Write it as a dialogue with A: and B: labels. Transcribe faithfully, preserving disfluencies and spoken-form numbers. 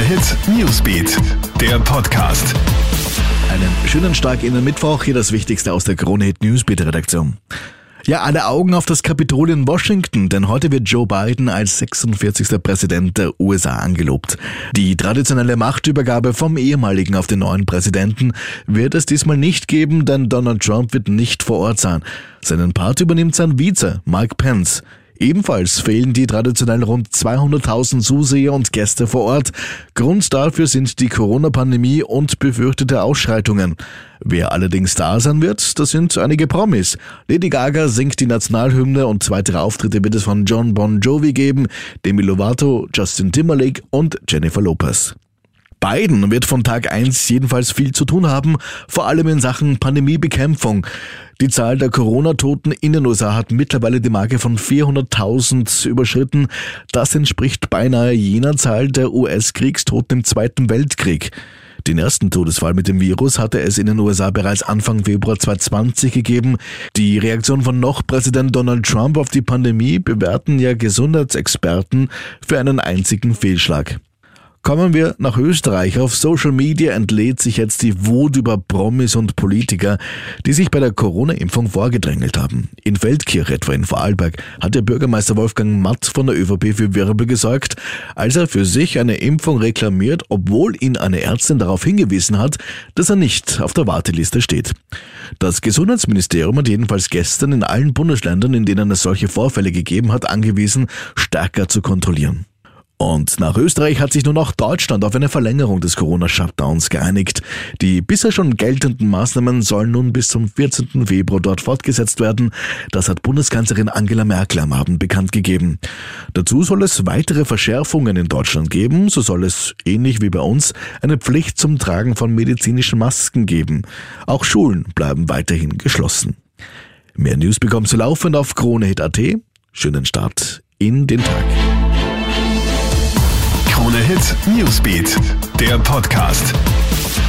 A: Hit Newsbeat, der Podcast.
B: Einen schönen Start in den Mittwoch, hier das Wichtigste aus der Krone Hit Newsbeat Redaktion. Ja, alle Augen auf das Kapitol in Washington, denn heute wird Joe Biden als sechsundvierzigster Präsident der U S A angelobt. Die traditionelle Machtübergabe vom ehemaligen auf den neuen Präsidenten wird es diesmal nicht geben, denn Donald Trump wird nicht vor Ort sein. Seinen Part übernimmt sein Vize, Mike Pence. Ebenfalls fehlen die traditionell rund zweihunderttausend Zuseher und Gäste vor Ort. Grund dafür sind die Corona-Pandemie und befürchtete Ausschreitungen. Wer allerdings da sein wird, das sind einige Promis. Lady Gaga singt die Nationalhymne und weitere Auftritte wird es von Jon Bon Jovi geben, Demi Lovato, Justin Timberlake und Jennifer Lopez. Biden wird von Tag eins jedenfalls viel zu tun haben, vor allem in Sachen Pandemiebekämpfung. Die Zahl der Corona-Toten in den U S A hat mittlerweile die Marke von vierhunderttausend überschritten. Das entspricht beinahe jener Zahl der U S-Kriegstoten im Zweiten Weltkrieg. Den ersten Todesfall mit dem Virus hatte es in den U S A bereits Anfang Februar zwanzig zwanzig gegeben. Die Reaktion von noch Präsident Donald Trump auf die Pandemie bewerten ja Gesundheitsexperten für einen einzigen Fehlschlag. Kommen wir nach Österreich. Auf Social Media entlädt sich jetzt die Wut über Promis und Politiker, die sich bei der Corona-Impfung vorgedrängelt haben. In Feldkirch, etwa in Vorarlberg, hat der Bürgermeister Wolfgang Matt von der ÖVP für Wirbel gesorgt, als er für sich eine Impfung reklamiert, obwohl ihn eine Ärztin darauf hingewiesen hat, dass er nicht auf der Warteliste steht. Das Gesundheitsministerium hat jedenfalls gestern in allen Bundesländern, in denen es solche Vorfälle gegeben hat, angewiesen, stärker zu kontrollieren. Und nach Österreich hat sich nun auch Deutschland auf eine Verlängerung des Corona-Shutdowns geeinigt. Die bisher schon geltenden Maßnahmen sollen nun bis zum vierzehnten Februar dort fortgesetzt werden. Das hat Bundeskanzlerin Angela Merkel am Abend bekannt gegeben. Dazu soll es weitere Verschärfungen in Deutschland geben. So soll es, ähnlich wie bei uns, eine Pflicht zum Tragen von medizinischen Masken geben. Auch Schulen bleiben weiterhin geschlossen. Mehr News bekommst du laufend auf kronehit punkt at. Schönen Start in den Tag.
A: Krone Hit Newsbeat, der Podcast.